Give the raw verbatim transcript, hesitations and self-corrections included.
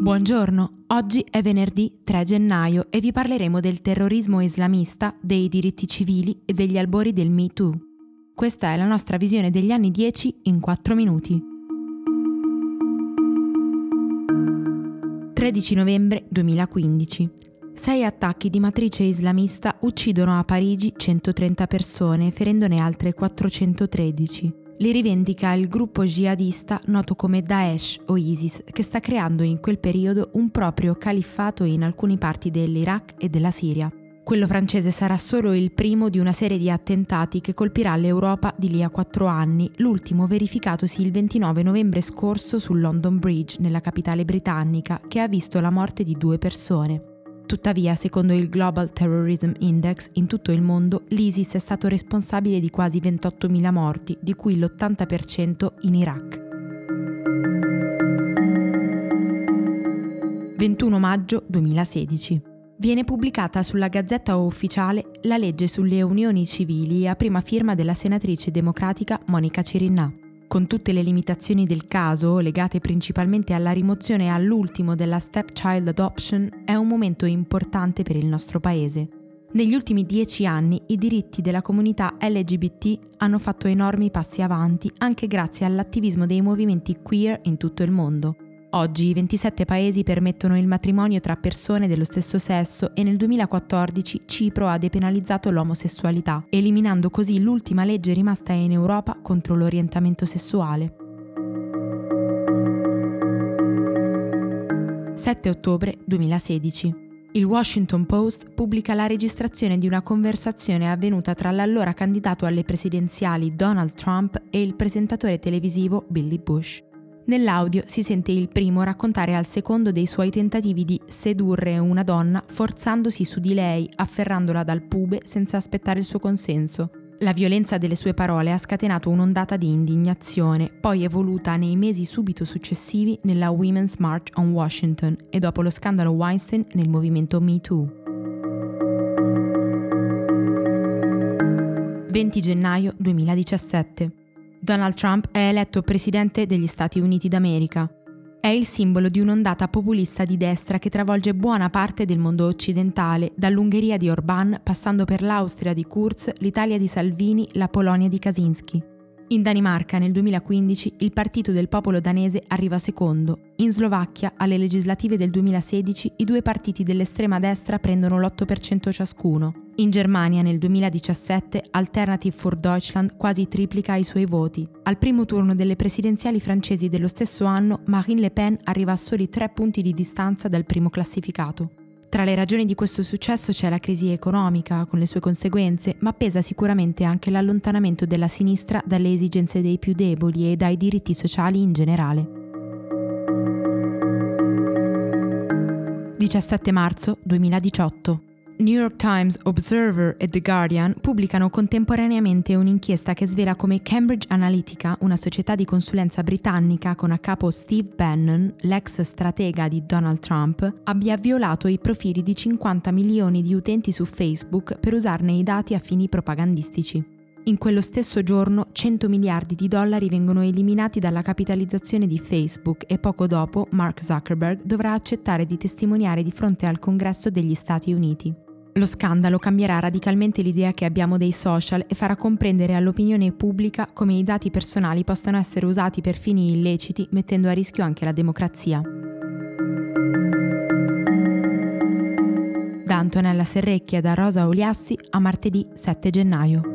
Buongiorno, oggi è venerdì tre gennaio e vi parleremo del terrorismo islamista, dei diritti civili e degli albori del Me Too. Questa è la nostra visione degli anni dieci in quattro minuti. tredici novembre duemilaquindici. Sei attacchi di matrice islamista uccidono a Parigi centotrenta persone, ferendone altre quattrocentotredici. Li rivendica il gruppo jihadista noto come Daesh o ISIS, che sta creando in quel periodo un proprio califfato in alcune parti dell'Iraq e della Siria. Quello francese sarà solo il primo di una serie di attentati che colpirà l'Europa di lì a quattro anni, l'ultimo verificatosi il ventinove novembre scorso sul London Bridge, nella capitale britannica, che ha visto la morte di due persone. Tuttavia, secondo il Global Terrorism Index, in tutto il mondo l'ISIS è stato responsabile di quasi ventottomila morti, di cui l'ottanta per cento in Iraq. ventuno maggio duemilasedici. Viene pubblicata sulla Gazzetta Ufficiale la legge sulle unioni civili a prima firma della senatrice democratica Monica Cirinnà. Con tutte le limitazioni del caso, legate principalmente alla rimozione all'ultimo della stepchild adoption, è un momento importante per il nostro paese. Negli ultimi dieci anni i diritti della comunità L G B T hanno fatto enormi passi avanti anche grazie all'attivismo dei movimenti queer in tutto il mondo. Oggi ventisette paesi permettono il matrimonio tra persone dello stesso sesso e nel duemilaquattordici Cipro ha depenalizzato l'omosessualità, eliminando così l'ultima legge rimasta in Europa contro l'orientamento sessuale. sette ottobre duemilasedici. Il Washington Post pubblica la registrazione di una conversazione avvenuta tra l'allora candidato alle presidenziali Donald Trump e il presentatore televisivo Billy Bush. Nell'audio si sente il primo raccontare al secondo dei suoi tentativi di sedurre una donna forzandosi su di lei, afferrandola dal pube senza aspettare il suo consenso. La violenza delle sue parole ha scatenato un'ondata di indignazione, poi evoluta nei mesi subito successivi nella Women's March on Washington e dopo lo scandalo Weinstein nel movimento Me Too. venti gennaio duemiladiciassette. Donald Trump è eletto presidente degli Stati Uniti d'America. È il simbolo di un'ondata populista di destra che travolge buona parte del mondo occidentale, dall'Ungheria di Orbán, passando per l'Austria di Kurz, l'Italia di Salvini, la Polonia di Kaczynski. In Danimarca nel duemilaquindici il Partito del Popolo danese arriva secondo. In Slovacchia, alle legislative del duemilasedici, i due partiti dell'estrema destra prendono l'otto per cento ciascuno. In Germania nel duemiladiciassette Alternative für Deutschland quasi triplica i suoi voti. Al primo turno delle presidenziali francesi dello stesso anno, Marine Le Pen arriva a soli tre punti di distanza dal primo classificato. Tra le ragioni di questo successo c'è la crisi economica, con le sue conseguenze, ma pesa sicuramente anche l'allontanamento della sinistra dalle esigenze dei più deboli e dai diritti sociali in generale. diciassette marzo duemiladiciotto. New York Times, Observer e The Guardian pubblicano contemporaneamente un'inchiesta che svela come Cambridge Analytica, una società di consulenza britannica con a capo Steve Bannon, l'ex stratega di Donald Trump, abbia violato i profili di cinquanta milioni di utenti su Facebook per usarne i dati a fini propagandistici. In quello stesso giorno cento miliardi di dollari vengono eliminati dalla capitalizzazione di Facebook e poco dopo Mark Zuckerberg dovrà accettare di testimoniare di fronte al Congresso degli Stati Uniti. Lo scandalo cambierà radicalmente l'idea che abbiamo dei social e farà comprendere all'opinione pubblica come i dati personali possano essere usati per fini illeciti, mettendo a rischio anche la democrazia. Da Antonella Serrecchia e da Rosa Oliassi a martedì sette gennaio.